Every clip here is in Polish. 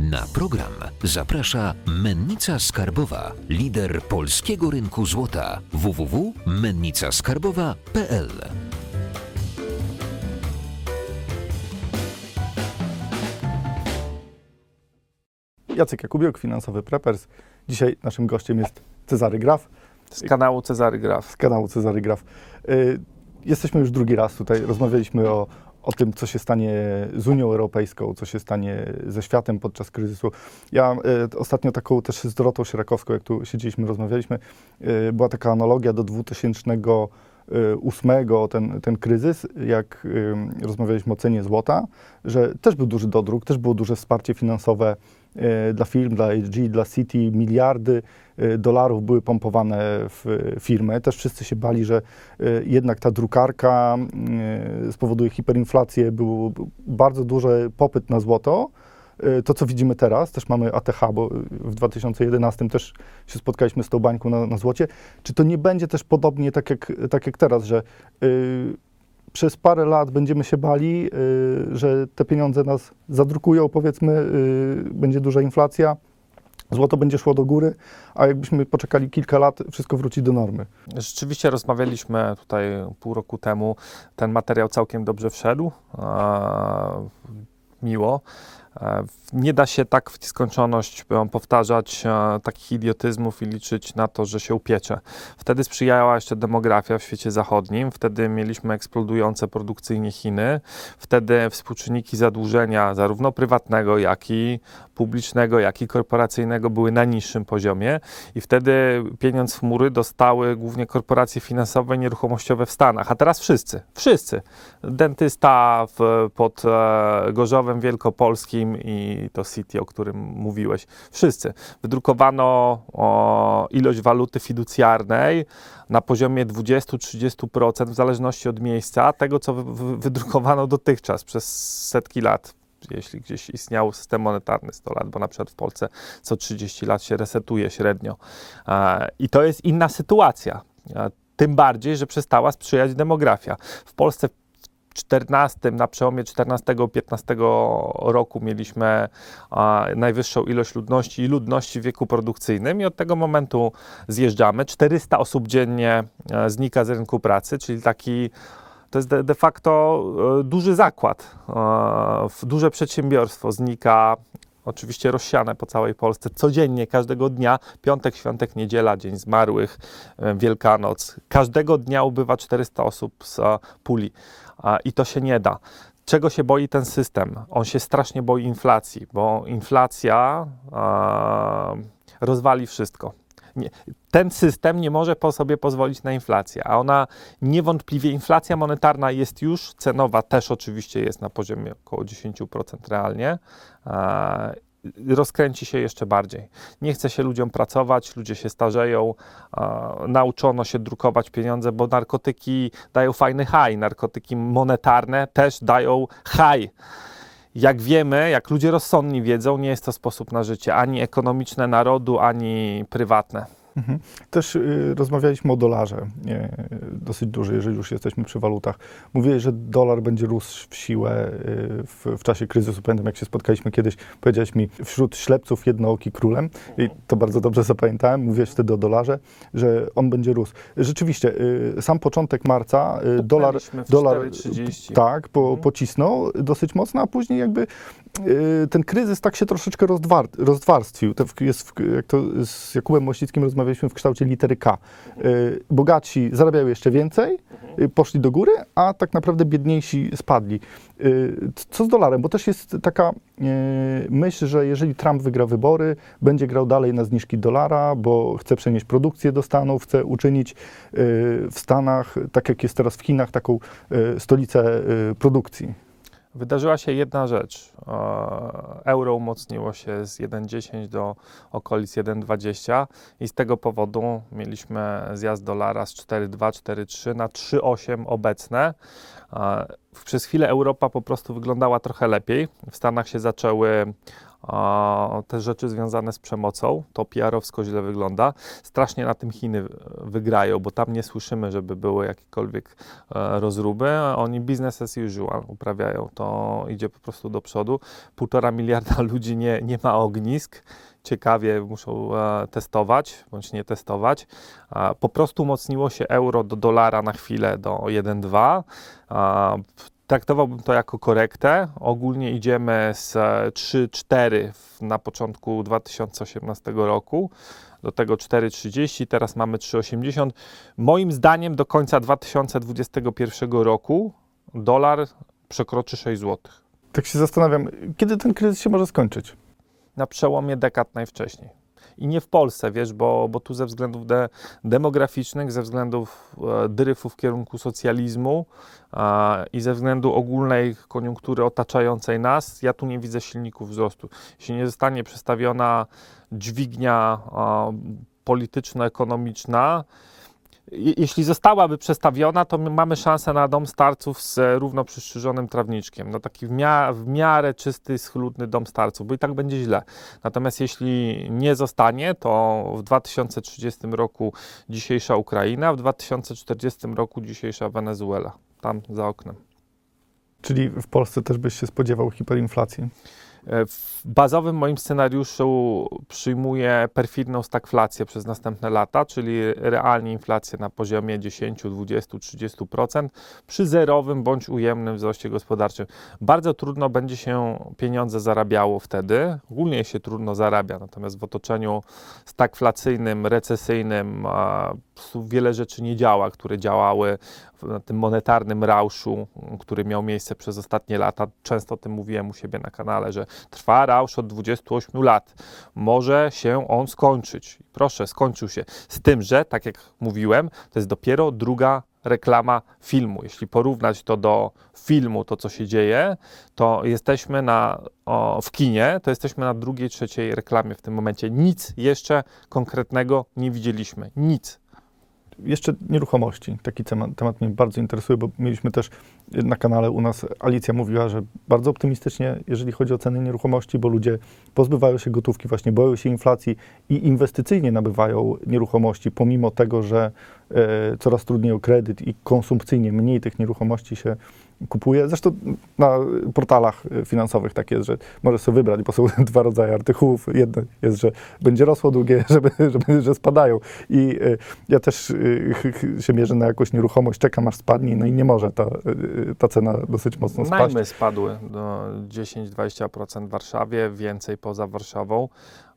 Na program zaprasza Mennica Skarbowa, lider polskiego rynku złota. www.mennicaskarbowa.pl. Jacek Jakubiuk, finansowy preppers. Dzisiaj naszym gościem jest Cezary Graf. Z kanału Cezary Graf. Z kanału Cezary Graf. Jesteśmy już drugi raz tutaj. Rozmawialiśmy o tym, co się stanie z Unią Europejską, co się stanie ze światem podczas kryzysu. Ja ostatnio taką też z Dorotą Sierakowską, jak tu siedzieliśmy, rozmawialiśmy, była taka analogia do 2008, ten kryzys, jak rozmawialiśmy o cenie złota, że też był duży dodruk, też było duże wsparcie finansowe dla firm, dla HG, dla Citi, miliardy dolarów były pompowane w firmy. Też wszyscy się bali, że jednak ta drukarka spowoduje hiperinflację, był bardzo duży popyt na złoto. To, co widzimy teraz, też mamy ATH, bo w 2011 też się spotkaliśmy z tą bańką na złocie. Czy to nie będzie też podobnie tak jak teraz, że przez parę lat będziemy się bali, że te pieniądze nas zadrukują, powiedzmy, będzie duża inflacja, złoto będzie szło do góry, a jakbyśmy poczekali kilka lat, wszystko wróci do normy. Rzeczywiście rozmawialiśmy tutaj pół roku temu, ten materiał całkiem dobrze wszedł, miło. Nie da się tak w nieskończoność powtarzać takich idiotyzmów i liczyć na to, że się upiecze. Wtedy sprzyjała jeszcze demografia w świecie zachodnim, wtedy mieliśmy eksplodujące produkcyjnie Chiny, wtedy współczynniki zadłużenia zarówno prywatnego, jak i publicznego, jak i korporacyjnego były na niższym poziomie i wtedy pieniądz w chmury dostały głównie korporacje finansowe i nieruchomościowe w Stanach, a teraz wszyscy. Dentysta pod Gorzowem Wielkopolskim i to Citi, o którym mówiłeś. Wszyscy. Wydrukowano ilość waluty fiducjarnej na poziomie 20-30% w zależności od miejsca tego, co wydrukowano dotychczas przez setki lat. Jeśli gdzieś istniał system monetarny 100 lat, bo na przykład w Polsce co 30 lat się resetuje średnio. I to jest inna sytuacja. Tym bardziej, że przestała sprzyjać demografia. W Polsce na przełomie 14-15 roku mieliśmy najwyższą ilość ludności i ludności w wieku produkcyjnym i od tego momentu zjeżdżamy. 400 osób dziennie znika z rynku pracy, czyli to jest de facto duży zakład, duże przedsiębiorstwo znika, oczywiście rozsiane po całej Polsce, codziennie, każdego dnia, piątek, świątek, niedziela, Dzień Zmarłych, Wielkanoc. Każdego dnia ubywa 400 osób z puli i to się nie da. Czego się boi ten system? On się strasznie boi inflacji, bo inflacja rozwali wszystko. Ten system nie może sobie pozwolić na inflację, a ona niewątpliwie, inflacja monetarna jest już, cenowa też oczywiście jest na poziomie około 10% realnie, rozkręci się jeszcze bardziej. Nie chce się ludziom pracować, ludzie się starzeją, nauczono się drukować pieniądze, bo narkotyki dają fajny high, narkotyki monetarne też dają high. Jak wiemy, jak ludzie rozsądni wiedzą, nie jest to sposób na życie, ani ekonomiczne narodu, ani prywatne. Też rozmawialiśmy o dolarze, dosyć duży, jeżeli już jesteśmy przy walutach. Mówiłeś, że dolar będzie rósł w siłę w czasie kryzysu. Pamiętam, jak się spotkaliśmy kiedyś, powiedziałeś mi, wśród ślepców jednooki królem. I to bardzo dobrze zapamiętałem. Mówiłeś wtedy o dolarze, że on będzie rósł. Rzeczywiście, sam początek marca dolar 4,30. Tak, pocisnął dosyć mocno, a później jakby ten kryzys tak się troszeczkę rozwarstwił. Jak to z Jakubem Mościckim rozmawialiśmy w kształcie litery K. Bogatsi zarabiają jeszcze więcej, poszli do góry, a tak naprawdę biedniejsi spadli. Co z dolarem? Bo też jest taka myśl, że jeżeli Trump wygra wybory, będzie grał dalej na zniżki dolara, bo chce przenieść produkcję do Stanów, chce uczynić w Stanach, tak jak jest teraz w Chinach, taką stolicę produkcji. Wydarzyła się jedna rzecz. Euro umocniło się z 1,10 do okolic 1,20 i z tego powodu mieliśmy zjazd dolara z 4,2, 4,3 na 3,8 obecne. Przez chwilę Europa po prostu wyglądała trochę lepiej. W Stanach się zaczęły te rzeczy związane z przemocą, to PR-owsko źle wygląda. Strasznie na tym Chiny wygrają, bo tam nie słyszymy, żeby były jakiekolwiek rozruby. Oni business as usual uprawiają, to idzie po prostu do przodu. 1,5 miliarda ludzi nie ma ognisk. Ciekawie muszą testować, bądź nie testować. Po prostu umocniło się euro do dolara na chwilę do 1,2. Traktowałbym to jako korektę. Ogólnie idziemy z 3,4 na początku 2018 roku do tego 4,30, teraz mamy 3,80. Moim zdaniem do końca 2021 roku dolar przekroczy 6 zł. Tak się zastanawiam, kiedy ten kryzys się może skończyć? Na przełomie dekad najwcześniej. I nie w Polsce, wiesz, bo tu ze względów demograficznych, ze względów dryfu w kierunku socjalizmu i ze względu ogólnej koniunktury otaczającej nas, ja tu nie widzę silników wzrostu. Jeśli nie zostanie przestawiona dźwignia polityczno-ekonomiczna, jeśli zostałaby przestawiona, to my mamy szansę na dom starców z równo przystrzyżonym trawniczkiem. No taki w miarę czysty, schludny dom starców, bo i tak będzie źle. Natomiast jeśli nie zostanie, to w 2030 roku dzisiejsza Ukraina, w 2040 roku dzisiejsza Wenezuela. Tam za oknem. Czyli w Polsce też byś się spodziewał hiperinflacji? W bazowym moim scenariuszu przyjmuję perfidną stagflację przez następne lata, czyli realnie inflację na poziomie 10, 20, 30% przy zerowym bądź ujemnym wzroście gospodarczym. Bardzo trudno będzie się pieniądze zarabiało wtedy, ogólnie się trudno zarabia, natomiast w otoczeniu stagflacyjnym, recesyjnym wiele rzeczy nie działa, które działały na tym monetarnym rauszu, który miał miejsce przez ostatnie lata. Często o tym mówiłem u siebie na kanale, że trwa rausz od 28 lat. Może się on skończyć. Proszę, skończył się. Z tym, że, tak jak mówiłem, to jest dopiero druga reklama filmu. Jeśli porównać to do filmu, to co się dzieje, to jesteśmy w kinie, to jesteśmy na drugiej, trzeciej reklamie w tym momencie. Nic jeszcze konkretnego nie widzieliśmy. Nic. Jeszcze nieruchomości. Taki temat mnie bardzo interesuje, bo mieliśmy też na kanale u nas, Alicja mówiła, że bardzo optymistycznie, jeżeli chodzi o ceny nieruchomości, bo ludzie pozbywają się gotówki, właśnie boją się inflacji i inwestycyjnie nabywają nieruchomości, pomimo tego, że coraz trudniej o kredyt i konsumpcyjnie mniej tych nieruchomości się kupuje. Zresztą na portalach finansowych tak jest, że możesz sobie wybrać, bo są dwa rodzaje artykułów. Jedno jest, że będzie rosło, drugie, że spadają. I ja też się mierzę na jakąś nieruchomość, czekam aż spadnie, no i nie może ta cena dosyć mocno spaść. Najmy spadły do 10-20% w Warszawie, więcej poza Warszawą.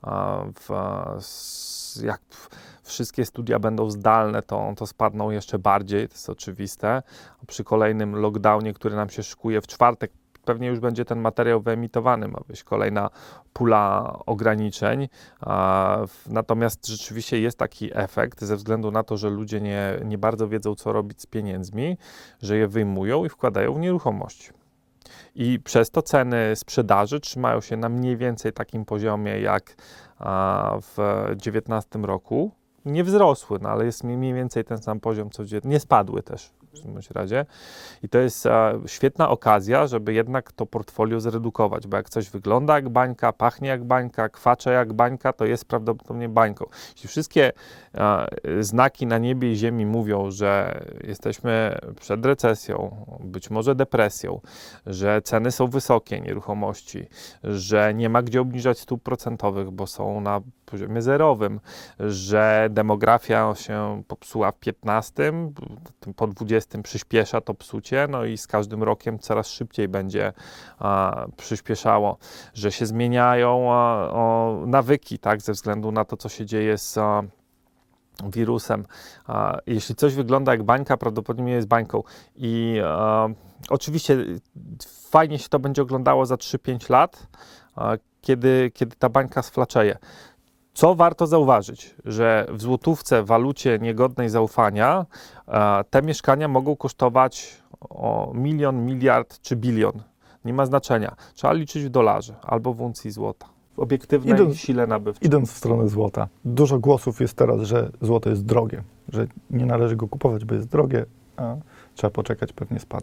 Jak wszystkie studia będą zdalne, to spadną jeszcze bardziej, to jest oczywiste. Przy kolejnym lockdownie, który nam się szykuje w czwartek, pewnie już będzie ten materiał wyemitowany, ma być kolejna pula ograniczeń. Natomiast rzeczywiście jest taki efekt, ze względu na to, że ludzie nie bardzo wiedzą, co robić z pieniędzmi, że je wyjmują i wkładają w nieruchomości. I przez to ceny sprzedaży trzymają się na mniej więcej takim poziomie jak w 2019 roku. Nie wzrosły, no ale jest mniej więcej ten sam poziom, co nie spadły też w każdym razie. I to jest świetna okazja, żeby jednak to portfolio zredukować, bo jak coś wygląda jak bańka, pachnie jak bańka, kwacze jak bańka, to jest prawdopodobnie bańką. Jeśli wszystkie znaki na niebie i ziemi mówią, że jesteśmy przed recesją, być może depresją, że ceny są wysokie nieruchomości, że nie ma gdzie obniżać stóp procentowych, bo są na poziomie zerowym, że demografia się popsuła w 15, po 20 przyspiesza to psucie, no i z każdym rokiem coraz szybciej będzie przyspieszało, że się zmieniają nawyki, tak, ze względu na to, co się dzieje z wirusem. Jeśli coś wygląda jak bańka, prawdopodobnie jest bańką. I oczywiście fajnie się to będzie oglądało za 3-5 lat, kiedy ta bańka sflaczeje. Co warto zauważyć, że w złotówce, walucie niegodnej zaufania, te mieszkania mogą kosztować o 1 milion, miliard czy bilion. Nie ma znaczenia. Trzeba liczyć w dolarze albo w uncji złota. W obiektywnej sile nabywczej. Idąc w stronę złota, dużo głosów jest teraz, że złoto jest drogie, że nie należy go kupować, bo jest drogie, a trzeba poczekać, pewnie spadnie.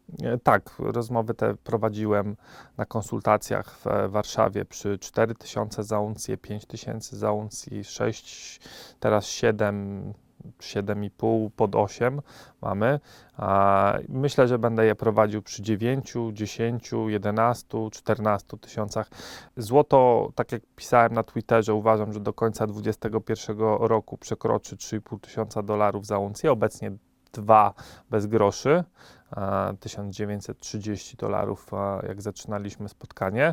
Tak, rozmowy te prowadziłem na konsultacjach w Warszawie przy 4000 za uncję, 5000 za uncję, 6, teraz 7, 7,5 pod 8 mamy. Myślę, że będę je prowadził przy 9, 10, 11, 14 tysiącach. Złoto, tak jak pisałem na Twitterze, uważam, że do końca 2021 roku przekroczy 3,5 tysiąca dolarów za uncję. Obecnie 2 bez groszy, 1930 dolarów, jak zaczynaliśmy spotkanie.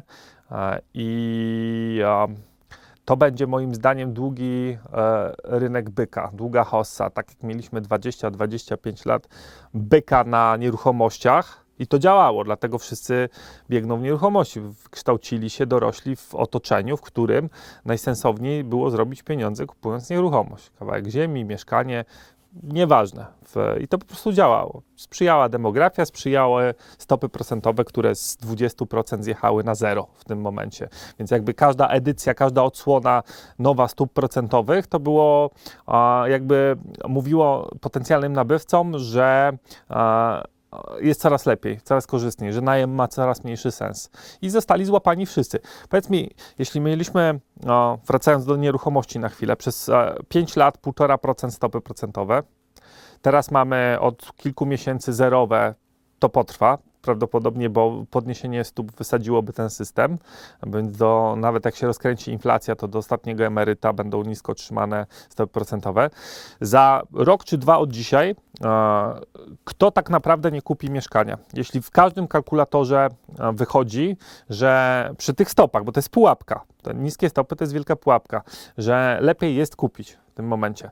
I to będzie moim zdaniem długi rynek byka, długa hossa. Tak jak mieliśmy 20-25 lat byka na nieruchomościach i to działało, dlatego wszyscy biegną w nieruchomości. Kształcili się, dorośli w otoczeniu, w którym najsensowniej było zrobić pieniądze kupując nieruchomość. Kawałek ziemi, mieszkanie, nieważne. I to po prostu działało. Sprzyjała demografia, sprzyjały stopy procentowe, które z 20% zjechały na 0 w tym momencie. Więc jakby każda edycja, każda odsłona nowa stóp procentowych, to było jakby mówiło potencjalnym nabywcom, że jest coraz lepiej, coraz korzystniej, że najem ma coraz mniejszy sens. I zostali złapani wszyscy. Powiedz mi, jeśli mieliśmy, wracając do nieruchomości na chwilę, przez 5 lat 1,5% stopy procentowe, teraz mamy od kilku miesięcy zerowe, to potrwa prawdopodobnie, bo podniesienie stóp wysadziłoby ten system, więc nawet jak się rozkręci inflacja, to do ostatniego emeryta będą nisko trzymane stopy procentowe. Za rok czy 2 od dzisiaj, kto tak naprawdę nie kupi mieszkania? Jeśli w każdym kalkulatorze wychodzi, że przy tych stopach, bo to jest pułapka, te niskie stopy to jest wielka pułapka, że lepiej jest kupić w tym momencie.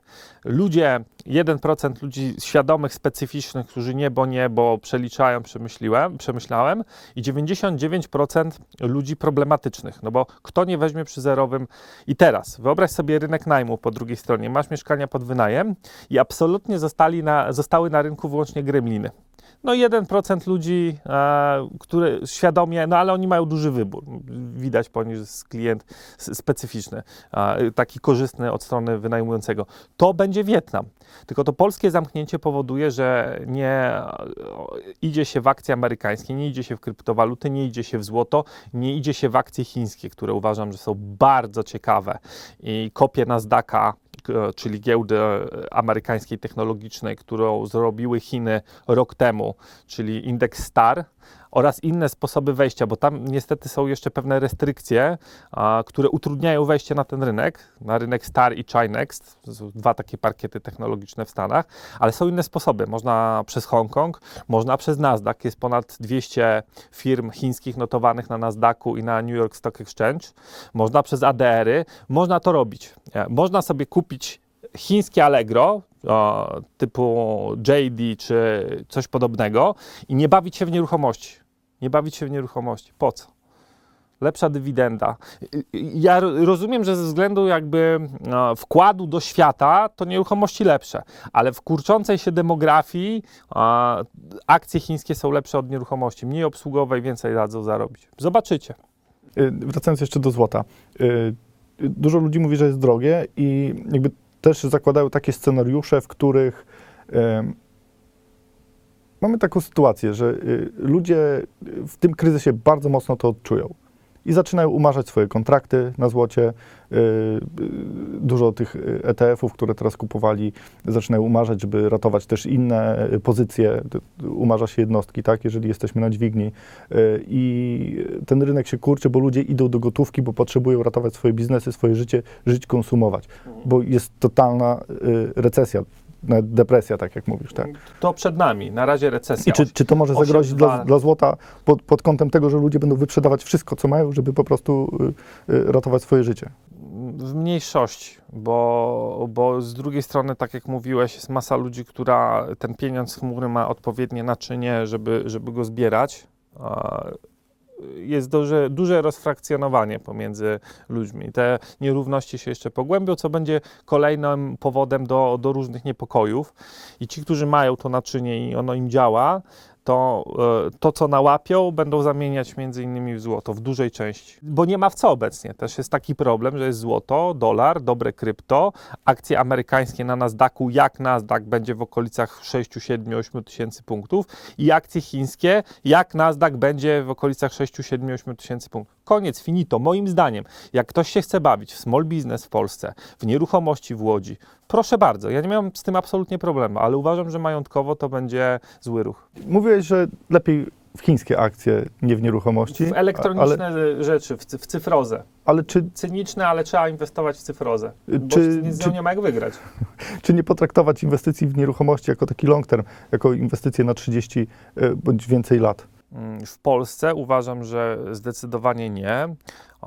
1% ludzi świadomych, specyficznych, którzy nie, bo przeliczają, przemyślałem i 99% ludzi problematycznych, no bo kto nie weźmie przy zerowym. I teraz wyobraź sobie rynek najmu po drugiej stronie, masz mieszkania pod wynajem i absolutnie zostały na rynku wyłącznie gremliny. No 1% ludzi, które świadomie, no ale oni mają duży wybór. Widać po nich, że jest klient specyficzny, taki korzystny od strony wynajmującego. To będzie Wietnam. Tylko to polskie zamknięcie powoduje, że nie idzie się w akcje amerykańskie, nie idzie się w kryptowaluty, nie idzie się w złoto, nie idzie się w akcje chińskie, które uważam, że są bardzo ciekawe. I kopię Nasdaqa, czyli giełdy amerykańskiej technologicznej, którą zrobiły Chiny rok temu, czyli indeks STAR oraz inne sposoby wejścia, bo tam niestety są jeszcze pewne restrykcje, które utrudniają wejście na rynek STAR i Chinext. To są 2 takie parkiety technologiczne w Stanach, ale są inne sposoby. Można przez Hongkong, można przez Nasdaq. Jest ponad 200 firm chińskich notowanych na Nasdaqu i na New York Stock Exchange. Można przez ADR-y. Można to robić. Można sobie kupić chińskie Allegro, typu JD czy coś podobnego i nie bawić się w nieruchomości. Nie bawić się w nieruchomości. Po co? Lepsza dywidenda. Ja rozumiem, że ze względu jakby wkładu do świata to nieruchomości lepsze, ale w kurczącej się demografii akcje chińskie są lepsze od nieruchomości. Mniej obsługowej, więcej dadzą zarobić. Zobaczycie. Wracając jeszcze do złota. Dużo ludzi mówi, że jest drogie i jakby też zakładają takie scenariusze, w których mamy taką sytuację, że ludzie w tym kryzysie bardzo mocno to odczują i zaczynają umarzać swoje kontrakty na złocie. Dużo tych ETF-ów, które teraz kupowali, zaczynają umarzać, żeby ratować też inne pozycje. Umarza się jednostki, tak, jeżeli jesteśmy na dźwigni. I ten rynek się kurczy, bo ludzie idą do gotówki, bo potrzebują ratować swoje biznesy, swoje życie, żyć, konsumować, bo jest totalna recesja. Depresja, tak jak mówisz, tak? To przed nami, na razie recesja. I czy to może zagrozić dla złota pod kątem tego, że ludzie będą wyprzedawać wszystko, co mają, żeby po prostu ratować swoje życie? W mniejszości, bo z drugiej strony, tak jak mówiłeś, jest masa ludzi, która ten pieniądz chmury ma odpowiednie naczynie, żeby go zbierać. Jest duże rozfrakcjonowanie pomiędzy ludźmi. Te nierówności się jeszcze pogłębią, co będzie kolejnym powodem do różnych niepokojów. I ci, którzy mają to naczynie i ono im działa, to co nałapią, będą zamieniać między innymi w złoto, w dużej części. Bo nie ma w co obecnie. Też jest taki problem, że jest złoto, dolar, dobre krypto, akcje amerykańskie na Nasdaqu, jak Nasdaq będzie w okolicach 6, 7, 8 tysięcy punktów i akcje chińskie, jak Nasdaq będzie w okolicach 6, 7, 8 tysięcy punktów. Koniec, finito. Moim zdaniem, jak ktoś się chce bawić w small business w Polsce, w nieruchomości w Łodzi, proszę bardzo, ja nie mam z tym absolutnie problemu, ale uważam, że majątkowo to będzie zły ruch. Mówiłeś, że lepiej w chińskie akcje, nie w nieruchomości. W elektroniczne rzeczy, w cyfrozę. Ale czy, Cyniczne, ale trzeba inwestować w cyfrozę, bo z nią nie ma jak wygrać. czy nie potraktować inwestycji w nieruchomości jako taki long term, jako inwestycje na 30 bądź więcej lat? W Polsce uważam, że zdecydowanie nie.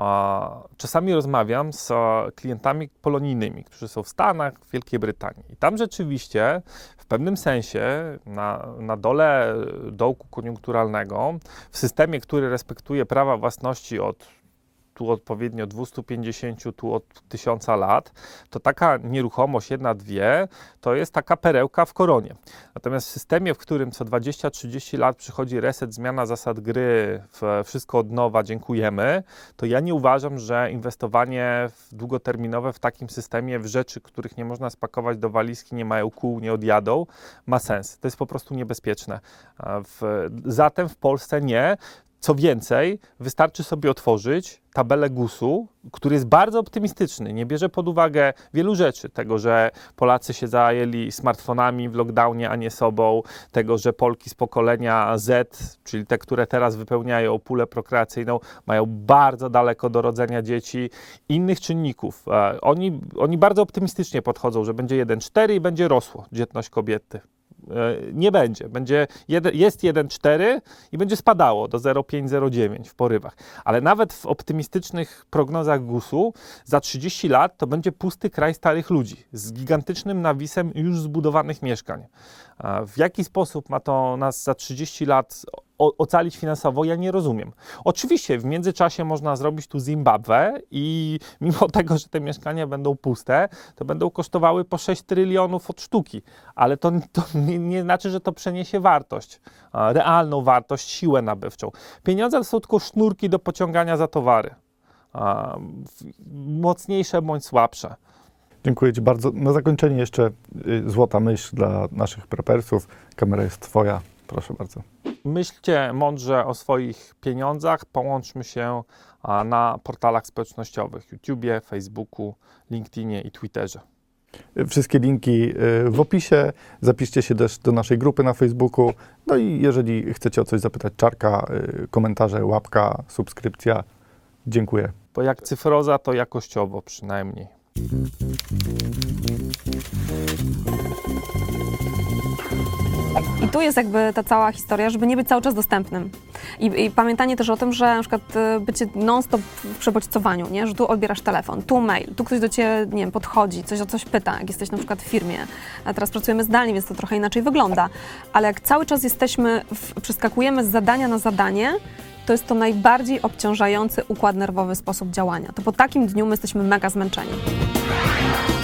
Czasami rozmawiam z klientami polonijnymi, którzy są w Stanach, w Wielkiej Brytanii. I tam rzeczywiście w pewnym sensie na dole dołku koniunkturalnego, w systemie, który respektuje prawa własności tu odpowiednio 250, tu od 1000 lat, to taka nieruchomość, 1, 2, to jest taka perełka w koronie. Natomiast w systemie, w którym co 20-30 lat przychodzi reset, zmiana zasad gry, wszystko od nowa, dziękujemy, to ja nie uważam, że inwestowanie długoterminowe w takim systemie w rzeczy, których nie można spakować do walizki, nie mają kół, nie odjadą, ma sens. To jest po prostu niebezpieczne. Zatem w Polsce nie. Co więcej, wystarczy sobie otworzyć tabelę GUS-u, który jest bardzo optymistyczny, nie bierze pod uwagę wielu rzeczy. Tego, że Polacy się zajęli smartfonami w lockdownie, a nie sobą. Tego, że Polki z pokolenia Z, czyli te, które teraz wypełniają pulę prokreacyjną, mają bardzo daleko do rodzenia dzieci. Innych czynników. Oni bardzo optymistycznie podchodzą, że będzie 1,4 i będzie rosło dzietność kobiety. Nie będzie. Jest 1,4 i będzie spadało do 0,5, 0,9 w porywach. Ale nawet w optymistycznych prognozach GUS-u za 30 lat to będzie pusty kraj starych ludzi z gigantycznym nawisem już zbudowanych mieszkań. W jaki sposób ma to nas za 30 lat ocalić finansowo, ja nie rozumiem. Oczywiście w międzyczasie można zrobić tu Zimbabwe i mimo tego, że te mieszkania będą puste, to będą kosztowały po 6 trylionów od sztuki, ale to nie znaczy, że to przeniesie wartość, realną wartość, siłę nabywczą. Pieniądze to są tylko sznurki do pociągania za towary, mocniejsze bądź słabsze. Dziękuję Ci bardzo. Na zakończenie jeszcze złota myśl dla naszych prepersów. Kamera jest Twoja. Proszę bardzo. Myślcie mądrze o swoich pieniądzach. Połączmy się na portalach społecznościowych: YouTubie, Facebooku, LinkedInie i Twitterze. Wszystkie linki w opisie. Zapiszcie się też do naszej grupy na Facebooku. No i jeżeli chcecie o coś zapytać Czarka, komentarze, łapka, subskrypcja. Dziękuję. Bo jak cyfroza, to jakościowo przynajmniej. I tu jest jakby ta cała historia, żeby nie być cały czas dostępnym. I pamiętanie też o tym, że na przykład bycie non-stop w przebodźcowaniu, nie? Że tu odbierasz telefon, tu mail, tu ktoś do Ciebie, nie wiem, podchodzi, coś o coś pyta, jak jesteś na przykład w firmie. A teraz pracujemy zdalnie, więc to trochę inaczej wygląda. Ale jak cały czas przeskakujemy z zadania na zadanie, to jest to najbardziej obciążający układ nerwowy sposób działania. To po takim dniu my jesteśmy mega zmęczeni.